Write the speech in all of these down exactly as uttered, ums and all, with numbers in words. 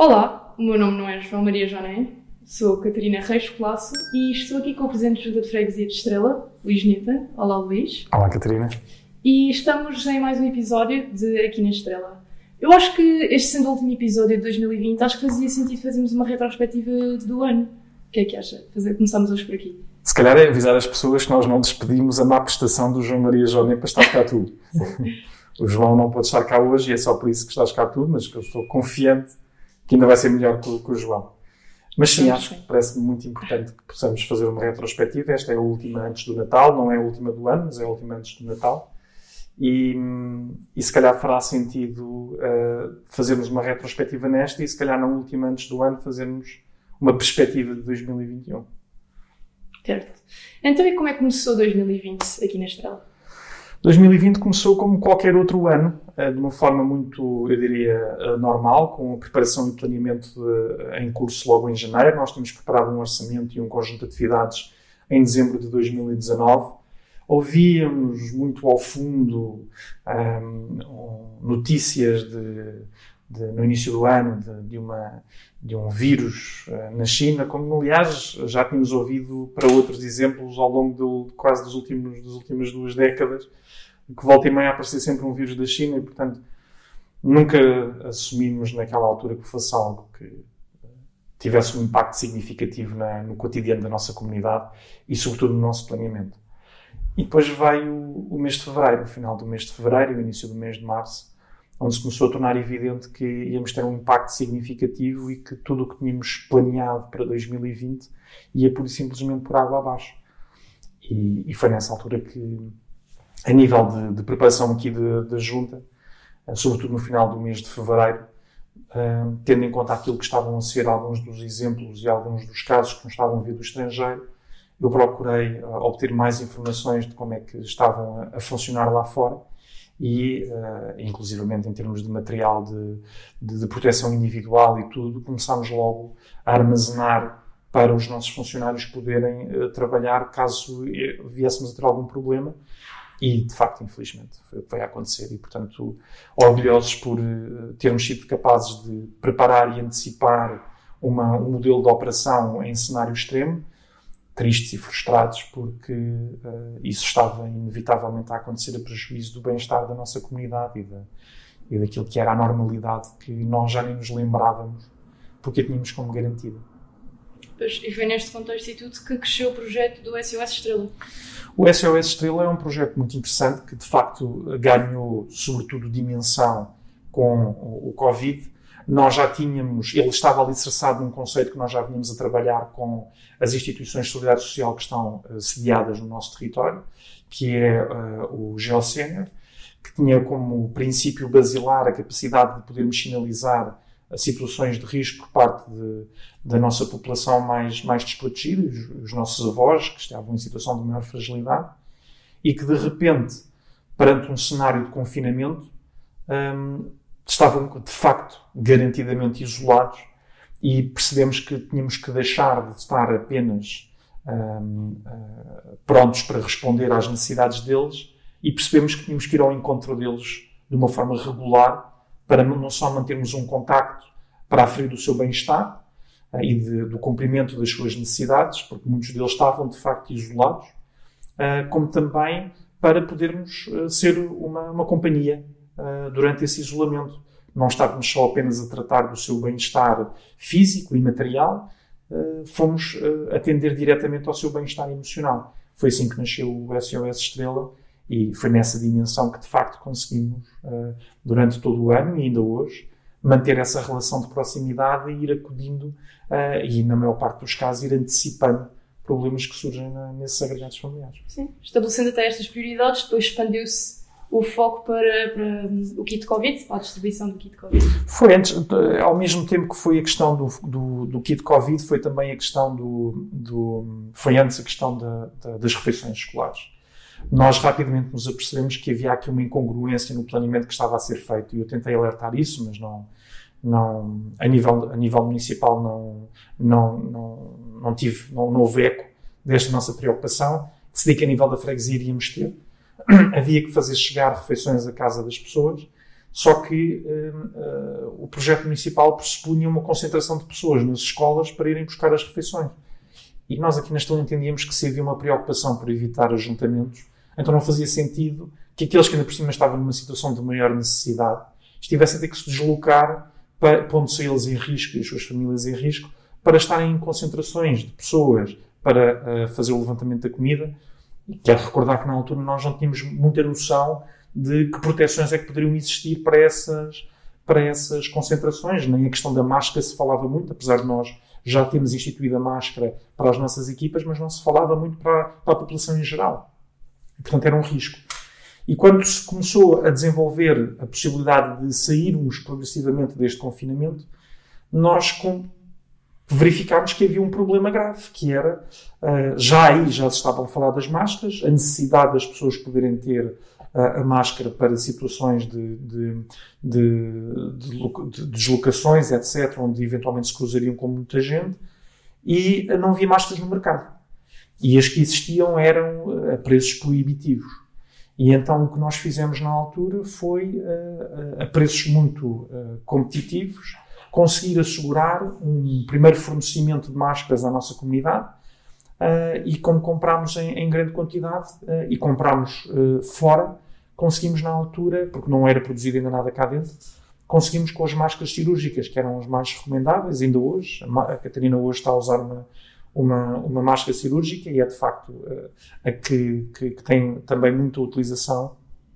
Olá, o meu nome não é João Maria Joné, sou Catarina Reis Colasso e estou aqui com o Presidente de Junta de Freguesia de Estrela, Luís Nita. Olá, Luís. Olá, Catarina. E estamos em mais um episódio de Aqui na Estrela. Eu acho que este sendo o último episódio de dois mil e vinte, acho que fazia sentido fazermos uma retrospectiva do ano. O que é que acha? Fazer, começamos hoje por aqui. Se calhar é avisar as pessoas que nós não despedimos a má prestação do João Maria Joné para estar cá tu. O João não pode estar cá hoje e é só por isso que estás cá tu, mas que eu estou confiante que ainda vai ser melhor que, que o João. Mas sim, acho que parece-me muito importante que possamos fazer uma retrospectiva. Esta é a última antes do Natal, não é a última do ano, mas é a última antes do Natal. E, e se calhar fará sentido uh, fazermos uma retrospectiva nesta e se calhar na última antes do ano fazermos uma perspectiva de dois mil e vinte e um. Certo. Então e como é que começou dois mil e vinte aqui na Estrela? dois mil e vinte começou como qualquer outro ano, de uma forma muito, eu diria, normal, com a preparação e planeamento em curso logo em janeiro. Nós tínhamos preparado um orçamento e um conjunto de atividades em dezembro de dois mil e dezanove. Ouvíamos muito ao fundo um, notícias de, de, no início do ano de, de, uma, de um vírus uh, na China, como aliás já tínhamos ouvido para outros exemplos ao longo do, quase dos últimos, das últimas duas décadas, que volta e meia aparecia sempre um vírus da China e, portanto, nunca assumimos naquela altura que fosse algo que tivesse um impacto significativo na, no cotidiano da nossa comunidade e, sobretudo, no nosso planeamento. E depois veio o mês de fevereiro, o final do mês de fevereiro e o início do mês de março, onde se começou a tornar evidente que íamos ter um impacto significativo e que tudo o que tínhamos planeado para dois mil e vinte ia pura e simplesmente por água abaixo. E, e foi nessa altura que, a nível de, de preparação aqui da Junta, sobretudo no final do mês de fevereiro, uh, tendo em conta aquilo que estavam a ser alguns dos exemplos e alguns dos casos que nos estavam a vir do estrangeiro, eu procurei uh, obter mais informações de como é que estavam a, a funcionar lá fora e, uh, inclusivamente em termos de material de, de, de proteção individual e tudo, começámos logo a armazenar para os nossos funcionários poderem uh, trabalhar caso viéssemos a ter algum problema. E, de facto, infelizmente, foi o que vai acontecer. E, portanto, orgulhosos por uh, termos sido capazes de preparar e antecipar uma, um modelo de operação em cenário extremo, tristes e frustrados porque uh, isso estava inevitavelmente a acontecer a prejuízo do bem-estar da nossa comunidade e, da, e daquilo que era a normalidade que nós já nem nos lembrávamos porque a tínhamos como garantida. Pois, e foi neste contexto e tudo que cresceu o projeto do S O S Estrela. O S O S Estrela é um projeto muito interessante que, de facto, ganhou, sobretudo, dimensão com o Covid. Nós já tínhamos, ele estava alicerçado num conceito que nós já vínhamos a trabalhar com as instituições de solidariedade social que estão uh, sediadas no nosso território, que é uh, o GeoSenior, que tinha como princípio basilar a capacidade de podermos sinalizar situações de risco por parte de, da nossa população mais, mais desprotegida, os, os nossos avós, que estavam em situação de maior fragilidade, e que, de repente, perante um cenário de confinamento, um, estavam, de facto, garantidamente isolados e percebemos que tínhamos que deixar de estar apenas um, uh, prontos para responder às necessidades deles e percebemos que tínhamos que ir ao encontro deles de uma forma regular para não só mantermos um contacto para aferir o seu bem-estar uh, e de, do cumprimento das suas necessidades, porque muitos deles estavam, de facto, isolados, uh, como também para podermos uh, ser uma, uma companhia uh, durante esse isolamento. Não estávamos só apenas a tratar do seu bem-estar físico e material, uh, fomos uh, atender diretamente ao seu bem-estar emocional. Foi assim que nasceu o S O S Estrela e foi nessa dimensão que, de facto, conseguimos, uh, durante todo o ano e ainda hoje, manter essa relação de proximidade e ir acudindo uh, e, na maior parte dos casos, ir antecipando problemas que surgem na, nesses agregados familiares. Sim, estabelecendo até estas prioridades, depois expandiu-se o foco para, para o kit Covid, para a distribuição do kit Covid. Foi antes, ao mesmo tempo que foi a questão do, do, do kit Covid, foi também a questão do, do foi antes a questão da, da, das refeições escolares. Nós rapidamente nos apercebemos que havia aqui uma incongruência no planeamento que estava a ser feito e eu tentei alertar isso, mas não, não, a nível, a nível municipal não, não, não, não tive, não, não houve eco desta nossa preocupação. Decidi que a nível da freguesia iríamos ter. Havia que fazer chegar refeições à casa das pessoas. Só que uh, uh, o projeto municipal pressupunha uma concentração de pessoas nas escolas para irem buscar as refeições. E nós aqui na Estrela entendíamos que se havia uma preocupação por evitar ajuntamentos, então não fazia sentido que aqueles que ainda por cima estavam numa situação de maior necessidade estivessem a ter que se deslocar, para, pondo-se eles em risco e as suas famílias em risco, para estarem em concentrações de pessoas para uh, fazer o levantamento da comida. E quero recordar que na altura nós não tínhamos muita noção de que proteções é que poderiam existir para essas, para essas concentrações. Nem a questão da máscara se falava muito, apesar de nós já termos instituído a máscara para as nossas equipas, mas não se falava muito para, para a população em geral. E, portanto, era um risco. E quando se começou a desenvolver a possibilidade de sairmos progressivamente deste confinamento, nós com, verificámos que havia um problema grave, que era, uh, já aí já se estavam a falar das máscaras, a necessidade das pessoas poderem ter a máscara para situações de, de, de, de, de deslocações, etcétera, onde eventualmente se cruzariam com muita gente, e não havia máscaras no mercado. E as que existiam eram a preços proibitivos. E então o que nós fizemos na altura foi, a, a preços muito competitivos, conseguir assegurar um primeiro fornecimento de máscaras à nossa comunidade. Uh, e como comprámos em, em grande quantidade uh, e comprámos uh, fora, conseguimos na altura, porque não era produzido ainda nada cá dentro, conseguimos com as máscaras cirúrgicas, que eram as mais recomendáveis, ainda hoje. A, a Catarina hoje está a usar uma, uma, uma máscara cirúrgica e é de facto uh, a que, que, que tem também muita utilização,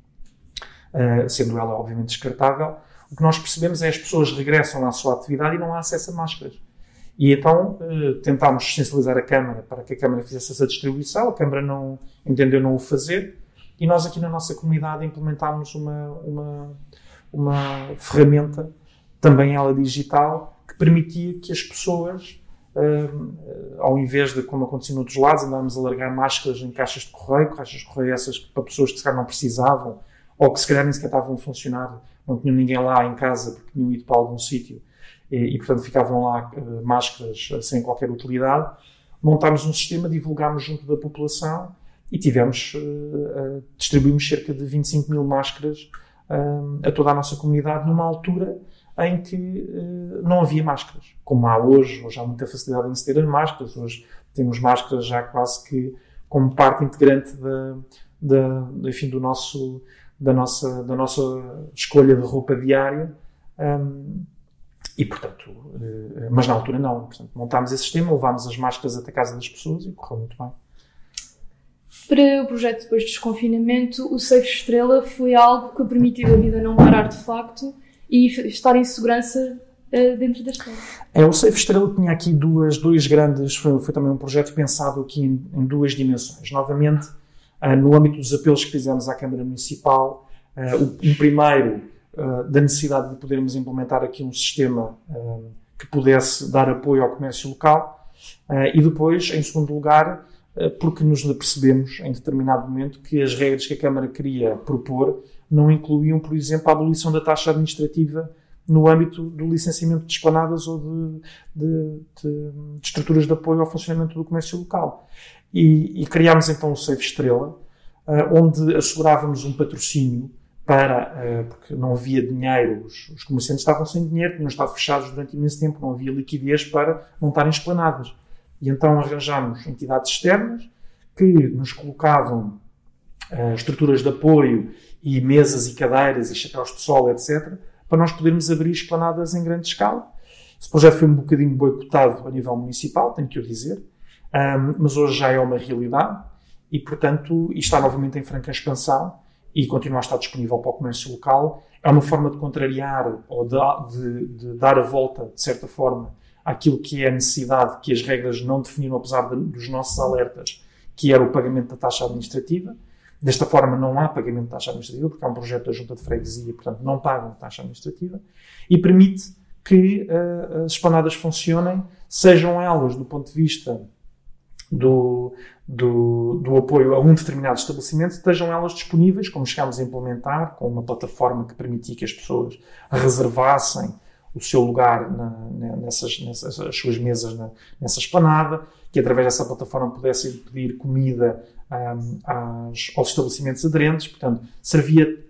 uh, sendo ela obviamente descartável. O que nós percebemos é que as pessoas regressam à sua atividade e não há acesso a máscaras. E então uh, tentámos sensibilizar a Câmara para que a Câmara fizesse essa distribuição. A Câmara não entendeu não o fazer e nós aqui na nossa comunidade implementámos uma, uma, uma ferramenta, também ela digital, que permitia que as pessoas, uh, ao invés de, como acontecia noutros lados, andávamos a largar máscaras em caixas de correio, caixas de correio essas para pessoas que se calhar não precisavam ou que se calhar nem sequer estavam a funcionar, não tinham ninguém lá em casa porque tinham ido para algum sítio. E, e, portanto, ficavam lá uh, máscaras uh, sem qualquer utilidade. Montámos um sistema, divulgámos junto da população e tivemos, uh, uh, distribuímos cerca de vinte e cinco mil máscaras uh, a toda a nossa comunidade numa altura em que uh, não havia máscaras. Como há hoje, hoje há muita facilidade em se ter as máscaras. Hoje temos máscaras já quase que como parte integrante da, da, enfim, do nosso, da, nossa, da nossa escolha de roupa diária. Um, E, portanto, mas na altura não. Portanto, montámos esse sistema, levámos as máscaras até a casa das pessoas e correu muito bem. Para o projeto depois do desconfinamento, o Safe Estrela foi algo que permitiu a vida não parar de facto e estar em segurança uh, dentro da Estrela. É, o Safe Estrela tinha aqui duas, dois grandes, foi, foi também um projeto pensado aqui em, em duas dimensões. Novamente, uh, no âmbito dos apelos que fizemos à Câmara Municipal, uh, o, um primeiro, Uh, da necessidade de podermos implementar aqui um sistema uh, que pudesse dar apoio ao comércio local uh, e depois, em segundo lugar, uh, porque nos apercebemos em determinado momento que as regras que a Câmara queria propor não incluíam, por exemplo, a abolição da taxa administrativa no âmbito do licenciamento de esplanadas ou de, de, de, de estruturas de apoio ao funcionamento do comércio local. E, e criámos então o Safe Estrela, uh, onde assegurávamos um patrocínio para, porque não havia dinheiro, os, os comerciantes estavam sem dinheiro, tinham estado fechados durante imenso tempo, não havia liquidez para montarem esplanadas. E então arranjámos entidades externas que nos colocavam uh, estruturas de apoio e mesas e cadeiras e chapéus de sol, etcétera, para nós podermos abrir esplanadas em grande escala. Esse projeto foi um bocadinho boicotado a nível municipal, tenho que o dizer, um, mas hoje já é uma realidade e, portanto, e está novamente em franca expansão e continua a estar disponível para o comércio local. É uma forma de contrariar ou de, de, de dar a volta, de certa forma, àquilo que é a necessidade que as regras não definiram, apesar de, dos nossos alertas, que era o pagamento da taxa administrativa. Desta forma não há pagamento de taxa administrativa, porque é um projeto da Junta de Freguesia, portanto não pagam taxa administrativa, e permite que uh, as esplanadas funcionem, sejam elas do ponto de vista Do, do, do apoio a um determinado estabelecimento, estejam elas disponíveis, como chegámos a implementar, com uma plataforma que permitia que as pessoas reservassem o seu lugar na, nessas, nessas as suas mesas na, nessa esplanada, que através dessa plataforma pudessem pedir comida um, às, aos estabelecimentos aderentes. Portanto, servia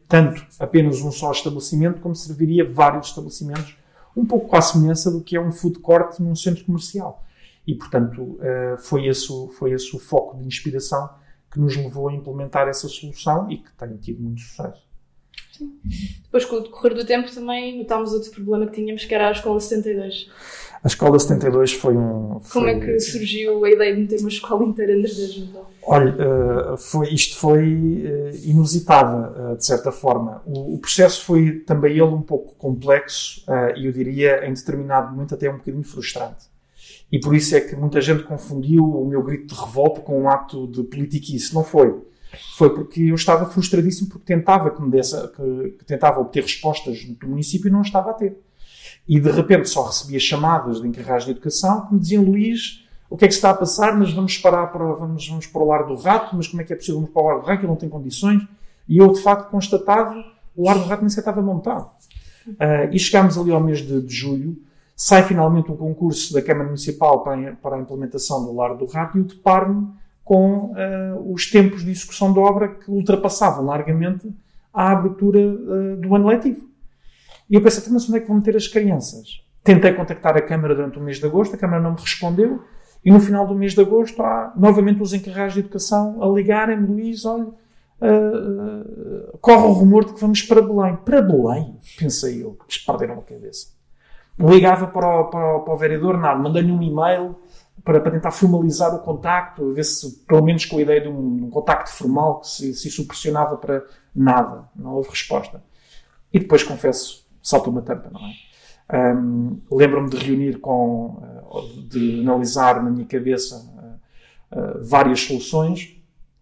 tanto apenas um só estabelecimento, como serviria vários estabelecimentos, um pouco com a semelhança do que é um food court num centro comercial. E, portanto, foi esse, foi esse o foco de inspiração que nos levou a implementar essa solução e que tem tido muito sucesso. Sim. Depois, com o decorrer do tempo, também notámos outro problema que tínhamos, que era a Escola setenta e dois. A Escola setenta e dois foi um... Foi... Como é que surgiu a ideia de meter uma escola inteira em André da Junta? Olha, foi, isto foi inusitada, de certa forma. O, o processo foi também ele um pouco complexo e, eu diria, em determinado momento até um bocadinho frustrante. E por isso é que muita gente confundiu o meu grito de revolta com um ato de politiquice. Não foi. Foi porque eu estava frustradíssimo porque tentava, que me desse, que, que tentava obter respostas do município e não estava a ter. E de repente só recebia chamadas de encarregados de educação que me diziam: Luís, o que é que se está a passar? Mas vamos parar para, vamos, vamos para o Lar do Rato, mas como é que é possível vamos para o Lar do Rato? Ele não tem condições. E eu, de facto, constatava, o Lar do Rato nem sequer estava montado. Uh, e chegámos ali ao mês de, de julho, sai finalmente um concurso da Câmara Municipal para a, para a implementação do Lar do Rato e eu deparo-me com uh, os tempos de execução de obra que ultrapassavam largamente a abertura uh, do ano letivo. E eu pensei, mas onde é que vão meter as crianças? Tentei contactar a Câmara durante o mês de agosto, a Câmara não me respondeu, e no final do mês de agosto há novamente os encarregados de educação a ligarem-me: Luís, olha, uh, uh, corre o rumor de que vamos para Belém. Para Belém? Pensei eu, eles perderam a cabeça. Ligava para o, para o, para o vereador, nada, mandei-lhe um e-mail para, para tentar formalizar o contacto, ver se, pelo menos com a ideia de um, um contacto formal, que se, se isso pressionava para nada. Não houve resposta. E depois, confesso, saltou uma tampa, não é? Um, lembro-me de reunir com, de analisar na minha cabeça uh, uh, várias soluções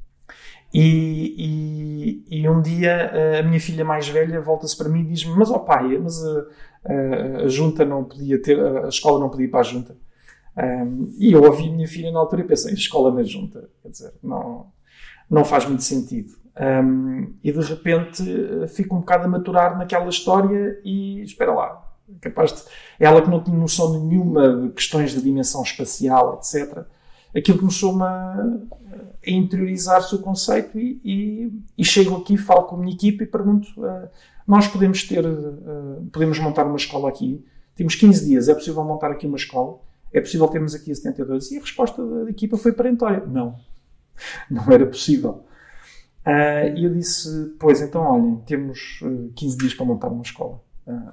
e, e, e um dia uh, a minha filha mais velha volta-se para mim e diz-me: mas ó pai, mas uh, uh, a junta não podia ter, a escola não podia ir para a junta. Um, e eu ouvi a minha filha na altura e pensei: escola na junta, quer dizer, não, não faz muito sentido. Um, e de repente fico um bocado a maturar naquela história e espera lá, capaz de, ela que não tinha noção nenhuma de questões de dimensão espacial, etcétera, aquilo começou-me a, a interiorizar-se o conceito e, e, e chego aqui, falo com a minha equipe e pergunto: uh, nós podemos ter, uh, podemos montar uma escola aqui, temos quinze dias, é possível montar aqui uma escola? É possível termos aqui a setenta e dois? E a resposta da equipa foi perentória: não, não era possível. Uh, e eu disse: pois, então, olhem, temos uh, quinze dias para montar uma escola. Uh,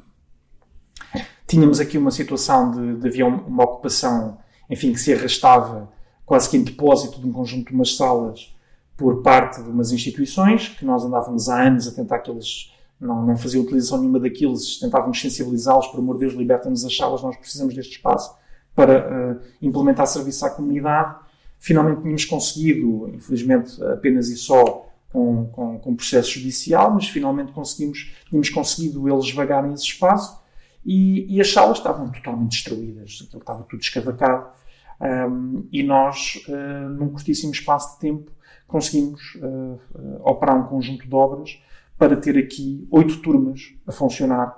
tínhamos aqui uma situação de, de havia uma ocupação, enfim, que se arrastava quase que em depósito de um conjunto de umas salas por parte de umas instituições, que nós andávamos há anos a tentar que eles não, não faziam utilização nenhuma daqueles, tentávamos sensibilizá-los: por amor de Deus, liberta-nos as salas, nós precisamos deste espaço para uh, implementar serviço à comunidade. Finalmente tínhamos conseguido, infelizmente apenas e só Com, com, com processo judicial, mas finalmente conseguimos, tínhamos conseguido eles vagarem esse espaço e, e as salas estavam totalmente destruídas, aquilo estava tudo escavacado, um, e nós, uh, num curtíssimo espaço de tempo, conseguimos uh, uh, operar um conjunto de obras para ter aqui oito turmas a funcionar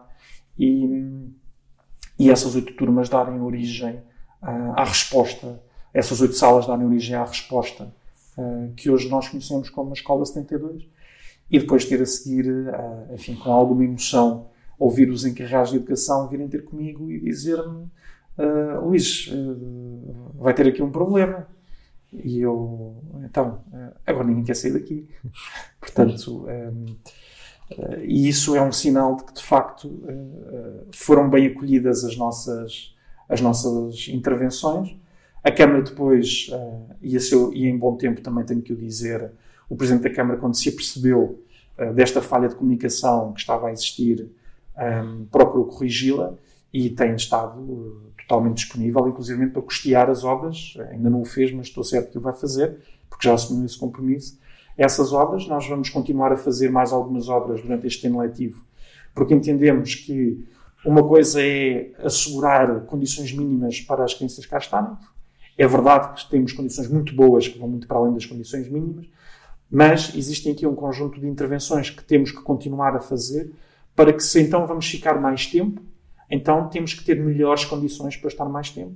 e, e essas oito turmas darem origem uh, à resposta, essas oito salas darem origem à resposta Uh, que hoje nós conhecemos como a Escola setenta e dois, e depois ter a seguir, uh, enfim, com alguma emoção, ouvir os encarregados de educação virem ter comigo e dizer-me: uh, Luís, uh, vai ter aqui um problema. E eu, então, uh, agora ninguém quer sair daqui. Portanto, um, uh, e isso é um sinal de que, de facto, uh, foram bem acolhidas as nossas, as nossas intervenções. A Câmara depois, uh, e, a seu, e em bom tempo também tenho que o dizer, o Presidente da Câmara, quando se apercebeu uh, desta falha de comunicação que estava a existir, um, procurou corrigi-la e tem estado uh, totalmente disponível, inclusive para custear as obras. Ainda não o fez, mas estou certo que o vai fazer, porque já assumiu esse compromisso. Essas obras, nós vamos continuar a fazer mais algumas obras durante este ano letivo, porque entendemos que uma coisa é assegurar condições mínimas para as crianças cá estarem. É verdade que temos condições muito boas, que vão muito para além das condições mínimas, mas existem aqui um conjunto de intervenções que temos que continuar a fazer para que, se então vamos ficar mais tempo, então temos que ter melhores condições para estar mais tempo.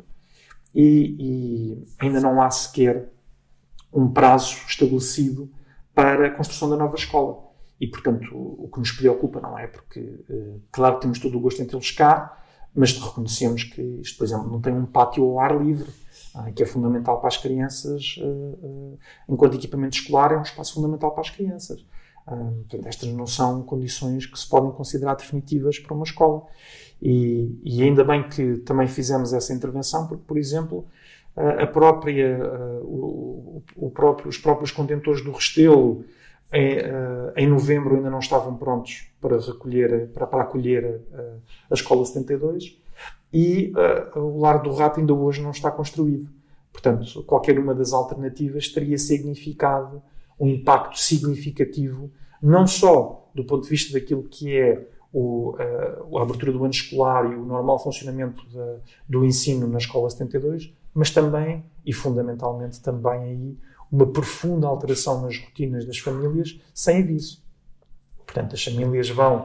E, e ainda não há sequer um prazo estabelecido para a construção da nova escola. E, portanto, o, o que nos preocupa não é porque, uh, claro que temos todo o gosto em tê-los cá, mas reconhecemos que isto, por exemplo, não tem um pátio ao ar livre, uh, que é fundamental para as crianças, uh, uh, enquanto equipamento escolar é um espaço fundamental para as crianças. Uh, portanto, estas não são condições que se podem considerar definitivas para uma escola. E, e ainda bem que também fizemos essa intervenção, porque, por exemplo, a própria, o, o próprio, os próprios contentores do Restelo em, em novembro ainda não estavam prontos para recolher, para, para acolher a, a Escola setenta e dois, e a, o Lar do Rato ainda hoje não está construído. Portanto, qualquer uma das alternativas teria significado um impacto significativo, não só do ponto de vista daquilo que é o, a, a abertura do ano escolar e o normal funcionamento da, do ensino na Escola setenta e dois, mas também, e fundamentalmente também aí, uma profunda alteração nas rotinas das famílias sem aviso. Portanto, as famílias vão, uh,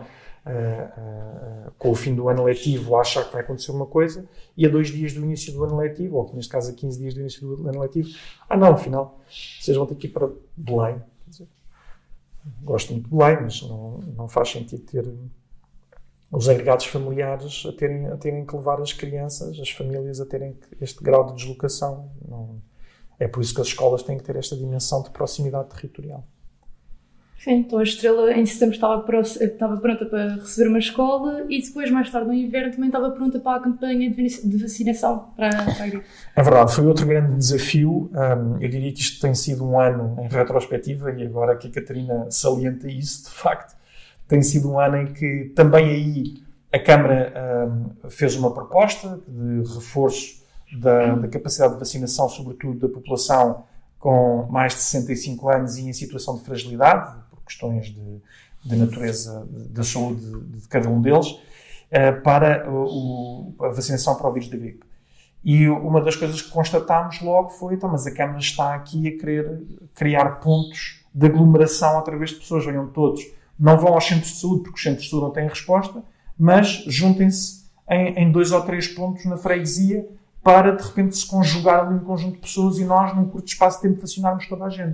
uh, com o fim do ano letivo, achar que vai acontecer uma coisa, e a dois dias do início do ano letivo, ou neste caso a quinze dias do início do ano letivo, ah não, afinal, vocês vão ter que ir para Belém. Quer dizer, gosto muito de Belém, mas não, não faz sentido ter os agregados familiares a terem, a terem que levar as crianças, as famílias, a terem este grau de deslocação. Não, é por isso que as escolas têm que ter esta dimensão de proximidade territorial. Sim, então a Estrela em setembro estava, pro, estava pronta para receber uma escola e depois, mais tarde no inverno, também estava pronta para a campanha de vacinação para, para a gripe. É verdade, foi outro grande desafio. Um, eu diria que isto tem sido um ano em retrospectiva, e agora que a Catarina salienta isso, de facto, tem sido um ano em que também aí a Câmara um, fez uma proposta de reforço da, da capacidade de vacinação, sobretudo da população com mais de sessenta e cinco anos e em situação de fragilidade, por questões de, de natureza da saúde de, de cada um deles, uh, para o, a vacinação para o vírus da gripe. E uma das coisas que constatámos logo foi, então, mas a Câmara está aqui a querer criar pontos de aglomeração através de pessoas, venham todos. Não vão aos centros de saúde, porque os centros de saúde não têm resposta, mas juntem-se em, em dois ou três pontos na freguesia para, de repente, se conjugar ali um conjunto de pessoas e nós, num curto espaço de tempo, vacinarmos toda a gente.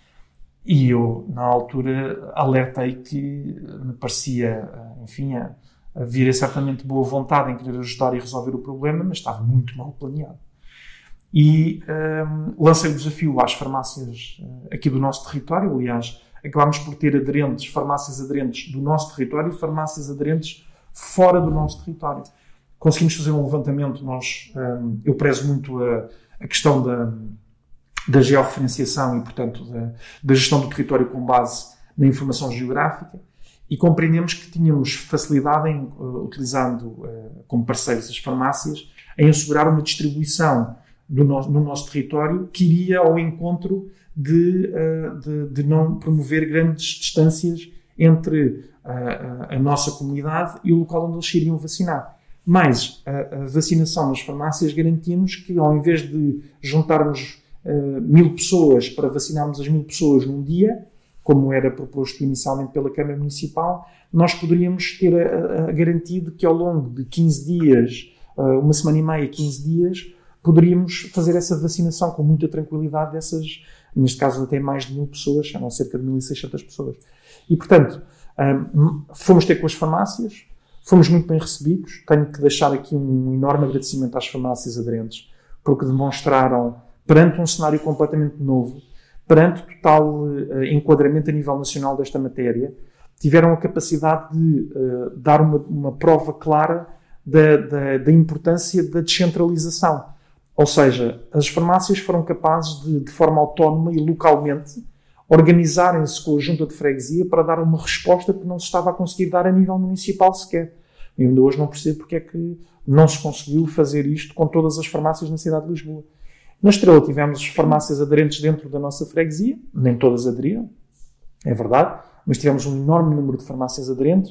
E eu, na altura, alertei que me parecia, enfim, havia certamente boa vontade em querer ajudar e resolver o problema, mas estava muito mal planeado. E um, lancei o desafio às farmácias aqui do nosso território, aliás, acabámos por ter aderentes, farmácias aderentes do nosso território e farmácias aderentes fora do nosso território. Conseguimos fazer um levantamento, nós, um, eu prezo muito a, a questão da, da georreferenciação e, portanto, da, da gestão do território com base na informação geográfica, e compreendemos que tínhamos facilidade em, uh, utilizando uh, como parceiros as farmácias, em assegurar uma distribuição do no, no nosso território que iria ao encontro De, de, de não promover grandes distâncias entre a, a, a nossa comunidade e o local onde eles se iriam vacinar. Mas a, a vacinação nas farmácias garantia-nos que, ao invés de juntarmos uh, mil pessoas para vacinarmos as mil pessoas num dia, como era proposto inicialmente pela Câmara Municipal, nós poderíamos ter a, a, a garantia de que, ao longo de quinze dias, uh, uma semana e meia, quinze dias, poderíamos fazer essa vacinação com muita tranquilidade dessas, neste caso até mais de mil pessoas, eram cerca de mil e seiscentas pessoas. E, portanto, um, fomos ter com as farmácias, fomos muito bem recebidos. Tenho que deixar aqui um enorme agradecimento às farmácias aderentes, porque demonstraram, perante um cenário completamente novo, perante total uh, enquadramento a nível nacional desta matéria, tiveram a capacidade de uh, dar uma, uma prova clara da, da, da importância da descentralização. Ou seja, as farmácias foram capazes de, de forma autónoma e localmente, organizarem-se com a junta de freguesia para dar uma resposta que não se estava a conseguir dar a nível municipal sequer. Eu ainda hoje não percebo porque é que não se conseguiu fazer isto com todas as farmácias na cidade de Lisboa. Na Estrela tivemos farmácias aderentes dentro da nossa freguesia, nem todas aderiram, é verdade, mas tivemos um enorme número de farmácias aderentes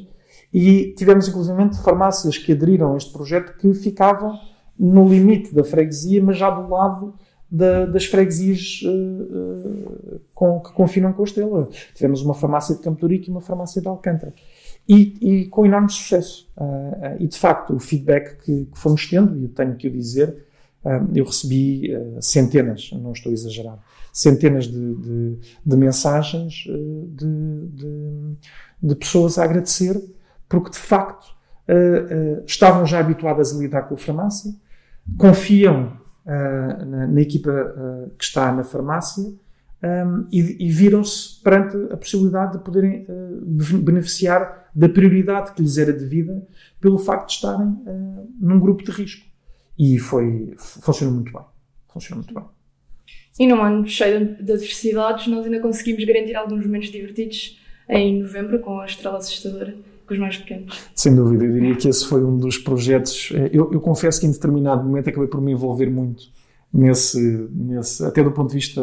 e tivemos inclusivamente farmácias que aderiram a este projeto que ficavam no limite da freguesia, mas já do lado da, das freguesias uh, uh, com, que confinam com a Estrela. Tivemos uma farmácia de Campo de Ourique e uma farmácia de Alcântara. E, e com enorme sucesso. Uh, uh, e, de facto, o feedback que, que fomos tendo, e eu tenho que o dizer, uh, eu recebi uh, centenas, não estou a exagerar, centenas de, de, de mensagens uh, de, de, de pessoas a agradecer, porque de facto uh, uh, estavam já habituadas a lidar com a farmácia, confiam uh, na, na equipa uh, que está na farmácia um, e, e viram-se perante a possibilidade de poderem uh, beneficiar da prioridade que lhes era devida pelo facto de estarem uh, num grupo de risco. E foi, funcionou muito bem. Funcionou muito bem. E num ano cheio de adversidades, nós ainda conseguimos garantir alguns momentos divertidos em novembro, com a Estrela Assustadora, com os mais pequenos. Sem dúvida, eu diria que esse foi um dos projetos. Eu, eu confesso que em determinado momento acabei por me envolver muito nesse, nesse até do ponto de vista,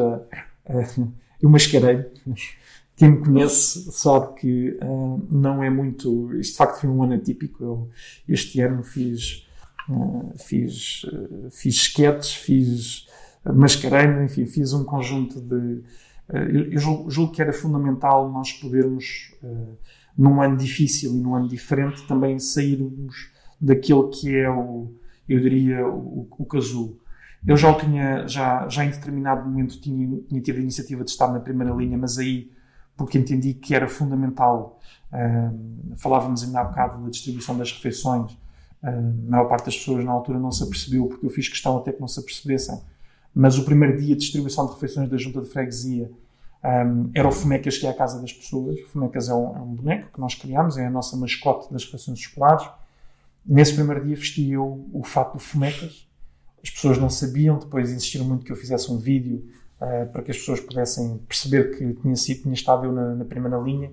uh, eu mascarei. Quem me conhece sabe que uh, não é muito... Isto de facto foi um ano atípico. Eu, este ano fiz, uh, fiz, uh, fiz sketches, fiz uh, mascarei, enfim, fiz um conjunto de... Uh, eu eu julgo, julgo que era fundamental nós podermos, uh, num ano difícil e num ano diferente, também sairmos daquilo que é o, eu diria, o, o casulo. Eu já o tinha, já, já em determinado momento tinha, tinha tido a iniciativa de estar na primeira linha, mas aí porque entendi que era fundamental. Uh, falávamos ainda há bocado da distribuição das refeições. Uh, a maior parte das pessoas na altura não se apercebeu, porque eu fiz questão até que não se apercebessem. Mas o primeiro dia de distribuição de refeições da Junta de Freguesia um, era o Fumecas, que é a casa das pessoas. O Fumecas é um, é um boneco que nós criámos, é a nossa mascote das refeições escolares. Nesse primeiro dia vesti eu o fato do Fumecas. As pessoas não sabiam, depois insistiram muito que eu fizesse um vídeo Uh, para que as pessoas pudessem perceber que tinha sido, tinha estado eu na, na primeira linha.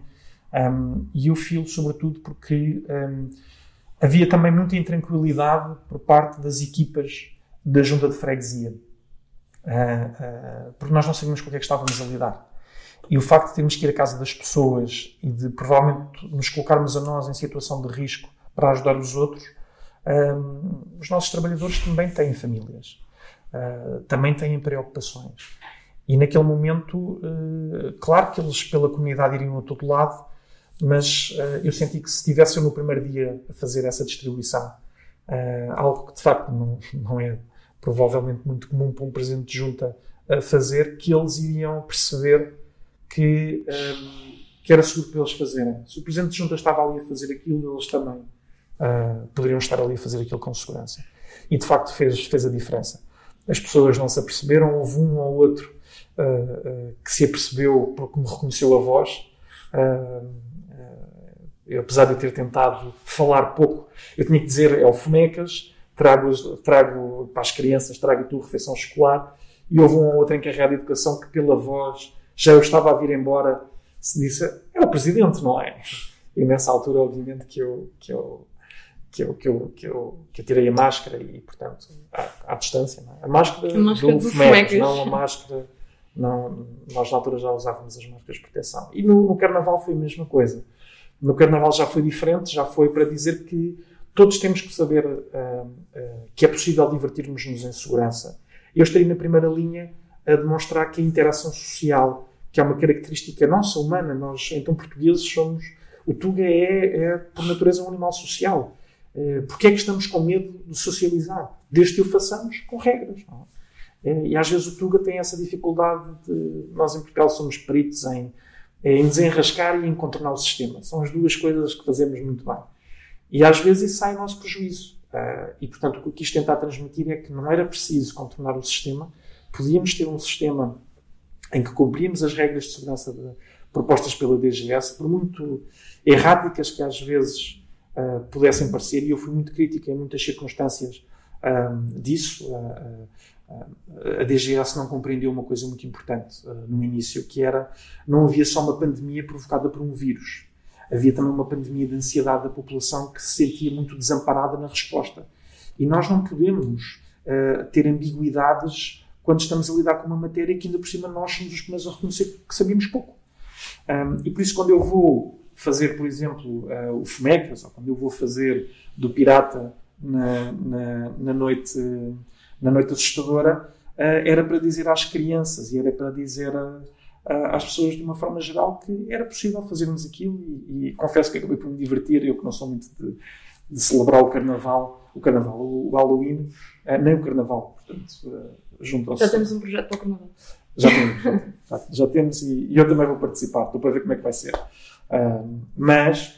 Um, e eu filo, sobretudo, porque um, havia também muita intranquilidade por parte das equipas da Junta de Freguesia. Uh, uh, porque nós não sabíamos com o que é que estávamos a lidar. E o facto de termos que ir à casa das pessoas e de provavelmente nos colocarmos a nós em situação de risco para ajudar os outros, um, os nossos trabalhadores também têm famílias. Uh, também têm preocupações. E naquele momento, uh, claro que eles pela comunidade iriam a todo lado, mas uh, eu senti que se estivesse eu no primeiro dia a fazer essa distribuição, uh, algo que de facto não, não é provavelmente muito comum para um presidente de junta a fazer, que eles iriam perceber que, um, que era seguro para eles fazerem. Se o presidente de junta estava ali a fazer aquilo, eles também uh, poderiam estar ali a fazer aquilo com segurança. E de facto fez, fez a diferença. As pessoas não se aperceberam, houve um ou outro uh, uh, que se apercebeu porque me reconheceu a voz. Uh, uh, eu, apesar de eu ter tentado falar pouco, eu tinha que dizer, é o Fumecas, trago, trago para as crianças, trago a tua refeição escolar, e houve um ou outro encarregado de educação que pela voz, já eu estava a vir embora, se disse, é o presidente, não é? E nessa altura, obviamente, que eu... Que eu Que eu, que, eu, que, eu, que eu tirei a máscara e, portanto, à, à distância. Não é? A máscara, a máscara do Fumecas, não a máscara... Não, nós, na altura, já usávamos as máscaras de proteção. E no, no Carnaval foi a mesma coisa. No Carnaval já foi diferente, já foi para dizer que todos temos que saber uh, uh, que é possível divertirmos-nos em segurança. Eu estaria na primeira linha a demonstrar que a interação social, que é uma característica nossa, humana, nós, então, portugueses, somos... O Tuga é, é, por natureza, um animal social. Porque é que estamos com medo de socializar? Desde que o façamos com regras. Não é? E às vezes o Tuga tem essa dificuldade de... Nós em Portugal somos peritos em, em desenrascar e em contornar o sistema. São as duas coisas que fazemos muito bem. E às vezes isso sai ao nosso prejuízo. E portanto o que eu quis tentar transmitir é que não era preciso contornar o sistema. Podíamos ter um sistema em que cumpríamos as regras de segurança de, propostas pela D G S, por muito erráticas que às vezes Uh, pudessem parecer, e eu fui muito crítica em muitas circunstâncias uh, disso. Uh, uh, a D G S não compreendeu uma coisa muito importante uh, no início, que era, não havia só uma pandemia provocada por um vírus. Havia também uma pandemia de ansiedade da população que se sentia muito desamparada na resposta. E nós não podemos uh, ter ambiguidades quando estamos a lidar com uma matéria que ainda por cima nós somos os primeiros a reconhecer que sabíamos pouco. Um, e por isso quando eu vou fazer, por exemplo, uh, o Fumecas, ou quando eu vou fazer do Pirata na, na, na, noite, na noite assustadora, uh, era para dizer às crianças e era para dizer a, a, às pessoas de uma forma geral que era possível fazermos aquilo e, e confesso que acabei por me divertir, eu que não sou muito de, de celebrar o Carnaval, o Carnaval, o Halloween, uh, nem o Carnaval, portanto, uh, junto ao... Já temos um projeto para o Carnaval. Já temos, já, já temos e, e eu também vou participar, estou para ver como é que vai ser. Uh, mas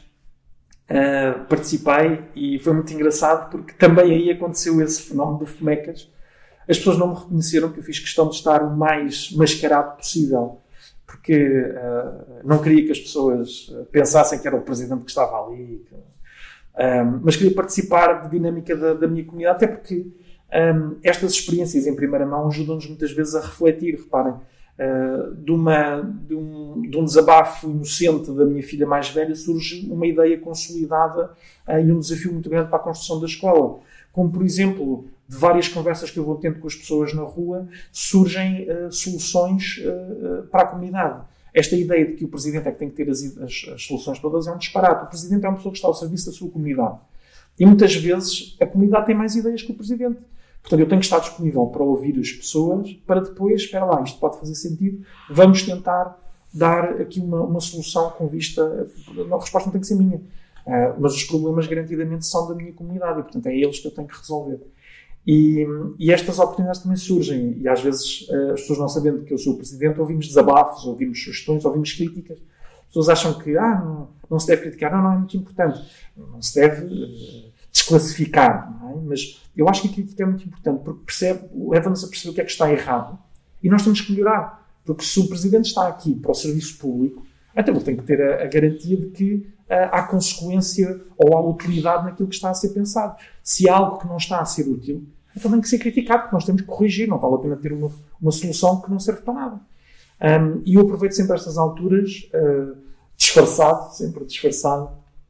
uh, participei e foi muito engraçado porque também aí aconteceu esse fenómeno do Fumecas. As pessoas não me reconheceram que eu fiz questão de estar o mais mascarado possível, porque uh, não queria que as pessoas pensassem que era o presidente que estava ali, que, um, mas queria participar da dinâmica da, da minha comunidade, até porque um, estas experiências em primeira mão ajudam-nos muitas vezes a refletir. Reparem, uh, de, uma, de, um, de um desabafo inocente da minha filha mais velha surge uma ideia consolidada uh, e um desafio muito grande para a construção da escola. Como, por exemplo, de várias conversas que eu vou tendo com as pessoas na rua, surgem uh, soluções uh, para a comunidade. Esta ideia de que o Presidente é que tem que ter as, as, as soluções todas é um disparate. O Presidente é uma pessoa que está ao serviço da sua comunidade. E muitas vezes a comunidade tem mais ideias que o Presidente. Portanto, eu tenho que estar disponível para ouvir as pessoas, para depois, espera lá, isto pode fazer sentido, vamos tentar dar aqui uma, uma solução com vista... A resposta não tem que ser minha. Uh, mas os problemas garantidamente são da minha comunidade e, portanto, é eles que eu tenho que resolver. E, e estas oportunidades também surgem. E às vezes uh, as pessoas não sabendo que eu sou o Presidente, ouvimos desabafos, ouvimos sugestões, ouvimos críticas. As pessoas acham que ah, não, não se deve criticar. Não, não, é muito importante. Não se deve uh, desclassificar. Não é? Mas eu acho que a crítica é muito importante porque percebe, leva-nos a perceber o que é que está errado e nós temos que melhorar. Porque se o Presidente está aqui para o serviço público, então ele tem que ter a, a garantia de que uh, há consequência ou há utilidade naquilo que está a ser pensado. Se há algo que não está a ser útil, então tem que ser criticado, porque nós temos que corrigir. Não vale a pena ter uma, uma solução que não serve para nada. Um, e eu aproveito sempre estas alturas, uh, disfarçado, sempre disfarçado,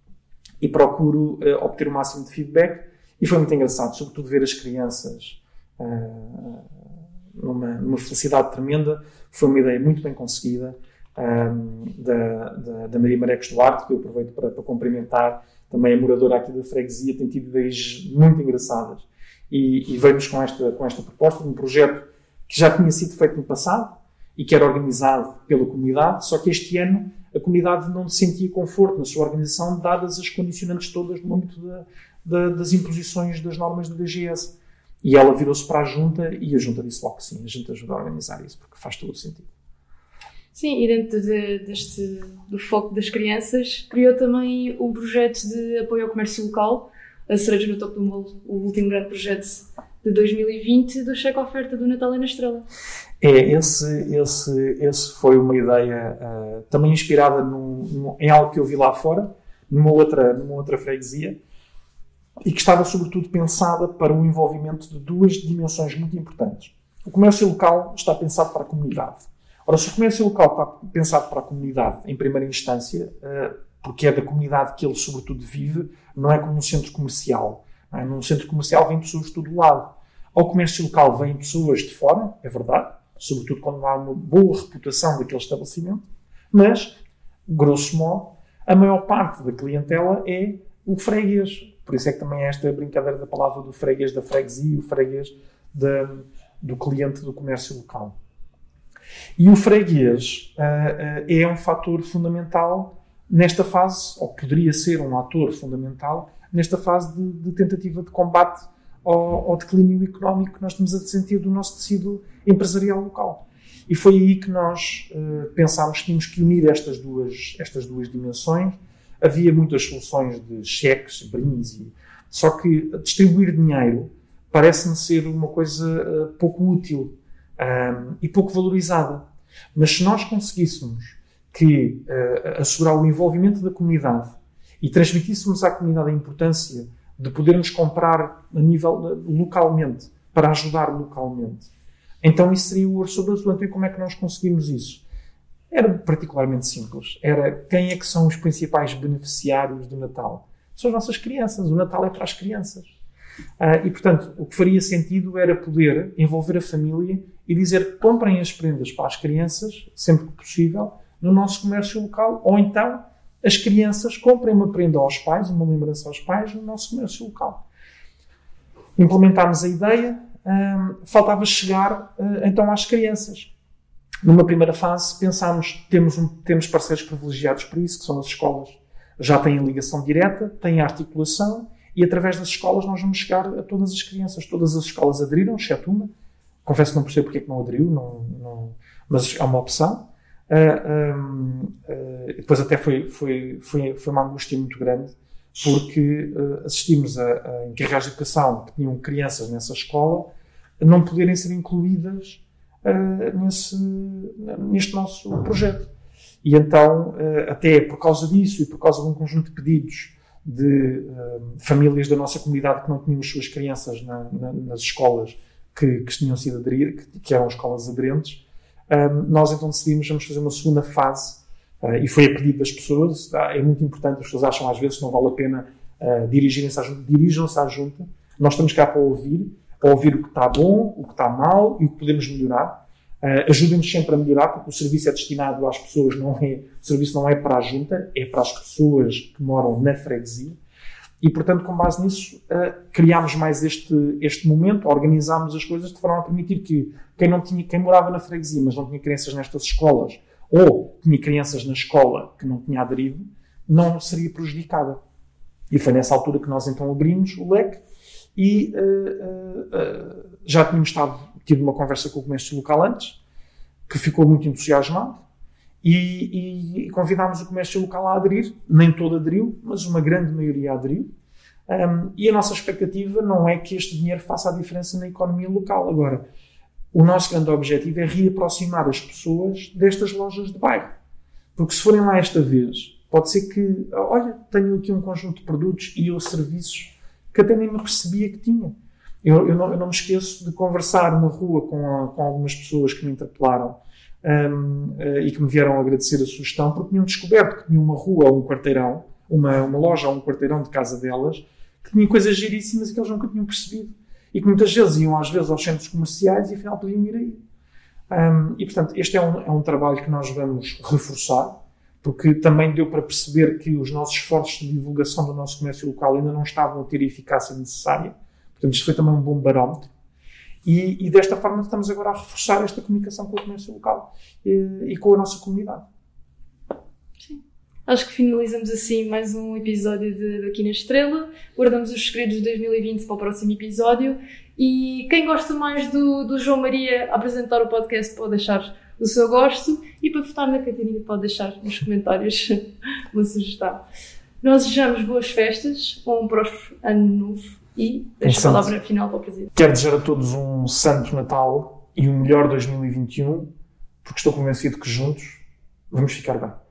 e procuro uh, obter o máximo de feedback. E foi muito engraçado, sobretudo ver as crianças uh, numa, numa felicidade tremenda. Foi uma ideia muito bem conseguida. Um, da, da, da Maria Mareques Duarte, que eu aproveito para, para cumprimentar, também a moradora aqui da freguesia, tem tido ideias muito engraçadas e, e veio-nos com esta, com esta proposta de um projeto que já tinha sido feito no passado e que era organizado pela comunidade, só que este ano a comunidade não sentia conforto na sua organização, dadas as condicionantes todas no âmbito da, da, das imposições das normas da D G S. E ela virou-se para a Junta e a Junta disse logo que sim, a gente ajuda a organizar isso, porque faz todo o sentido. Sim, e dentro de, deste, do foco das crianças, criou também um projeto de apoio ao comércio local, a Cerejas no Topo do Bolo, o último grande projeto de dois mil e vinte do cheque oferta do Natal é na Estrela. É, esse, esse, esse foi uma ideia uh, também inspirada num, num, em algo que eu vi lá fora, numa outra, numa outra freguesia, e que estava sobretudo pensada para o envolvimento de duas dimensões muito importantes. O comércio local está pensado para a comunidade. Ora, se o comércio local está pensado para a comunidade, em primeira instância, porque é da comunidade que ele, sobretudo, vive, não é como um centro comercial. Não é? Num centro comercial vêm pessoas de todo lado. Ao comércio local vêm pessoas de fora, é verdade, sobretudo quando há uma boa reputação daquele estabelecimento, mas, grosso modo, a maior parte da clientela é o freguês. Por isso é que também é esta brincadeira da palavra do freguês da freguesia, o freguês da, do cliente do comércio local. E o freguês uh, uh, é um fator fundamental nesta fase, ou poderia ser um ator fundamental, nesta fase de, de tentativa de combate ao, ao declínio económico que nós estamos a sentir do nosso tecido empresarial local. E foi aí que nós uh, pensámos que tínhamos que unir estas duas, estas duas dimensões. Havia muitas soluções de cheques, brindes, e, só que distribuir dinheiro parece-me ser uma coisa uh, pouco útil. Um, e pouco valorizada. Mas se nós conseguíssemos que, uh, assegurar o envolvimento da comunidade e transmitíssemos à comunidade a importância de podermos comprar a nível uh, localmente, para ajudar localmente, então isso seria o ouro sobre o azul. E como é que nós conseguimos isso? Era particularmente simples. Era quem é que são os principais beneficiários do Natal? São as nossas crianças. O Natal é para as crianças. Uh, e, portanto, o que faria sentido era poder envolver a família e dizer que comprem as prendas para as crianças, sempre que possível, no nosso comércio local, ou então as crianças comprem uma prenda aos pais, uma lembrança aos pais, no nosso comércio local. Implementámos a ideia, um, faltava chegar uh, então às crianças. Numa primeira fase, pensámos, temos, um, temos parceiros privilegiados para isso, que são as escolas. Já têm a ligação direta, têm a articulação, e através das escolas nós vamos chegar a todas as crianças. Todas as escolas aderiram, exceto uma. Confesso que não percebo porque é que não aderiu, não, não, mas é uma opção. Uh, um, uh, depois até foi, foi, foi, foi uma angústia muito grande, porque uh, assistimos a, a encarregados de educação que tinham crianças nessa escola não poderem ser incluídas uh, nesse, neste nosso projeto. E então, uh, até por causa disso e por causa de um conjunto de pedidos de uh, famílias da nossa comunidade que não tinham as suas crianças na, na, nas escolas que, que tinham sido aderidas, que, que eram escolas aderentes, um, nós então decidimos vamos fazer uma segunda fase, uh, e foi a pedido das pessoas. Tá? É muito importante, as pessoas acham às vezes que não vale a pena uh, dirigirem-se à junta, dirijam-se à junta. Nós estamos cá para ouvir, para ouvir o que está bom, o que está mal e o que podemos melhorar. Uh, ajudem-nos sempre a melhorar, porque o serviço é destinado às pessoas, não é, o serviço não é para a junta, é para as pessoas que moram na freguesia. E, portanto, com base nisso, uh, criámos mais este, este momento, organizámos as coisas de forma a permitir que quem, não tinha, quem morava na freguesia, mas não tinha crianças nestas escolas, ou tinha crianças na escola que não tinha aderido, não seria prejudicada. E foi nessa altura que nós então abrimos o leque e uh, uh, uh, já tínhamos estado, tido uma conversa com o comércio local antes, que ficou muito entusiasmado, e, e, e convidámos o comércio local a aderir. Nem todo aderiu, mas uma grande maioria aderiu. Um, e a nossa expectativa não é que este dinheiro faça a diferença na economia local. Agora, o nosso grande objetivo é reaproximar as pessoas destas lojas de bairro. Porque se forem lá esta vez, pode ser que, olha, tenho aqui um conjunto de produtos e ou serviços que até nem me percebia que tinha. Eu, eu, não, eu não me esqueço de conversar na rua com, a, com algumas pessoas que me interpelaram um, uh, e que me vieram agradecer a sugestão, porque tinham descoberto que tinha uma rua ou um quarteirão, uma, uma loja ou um quarteirão de casa delas, que tinha coisas giríssimas e que eles nunca tinham percebido. E que muitas vezes iam às vezes aos centros comerciais e afinal podiam ir aí. Um, e portanto, este é um, é um trabalho que nós vamos reforçar, porque também deu para perceber que os nossos esforços de divulgação do nosso comércio local ainda não estavam a ter a eficácia necessária. Portanto, isto foi também um bom barómetro. E, e desta forma estamos agora a reforçar esta comunicação com o comércio local e, e com a nossa comunidade. Sim. Acho que finalizamos assim mais um episódio de, de Aqui na Estrela. Guardamos os segredos de dois mil e vinte para o próximo episódio. E quem gosta mais do, do João Maria a apresentar o podcast pode deixar o seu gosto. E para votar na Catarina pode deixar nos comentários uma sugestão. Nós desejamos boas festas, um próspero ano novo. E deixo um a palavra final para o Presidente. Quero desejar a todos um santo Natal e um melhor dois mil e vinte e um, porque estou convencido que juntos vamos ficar bem.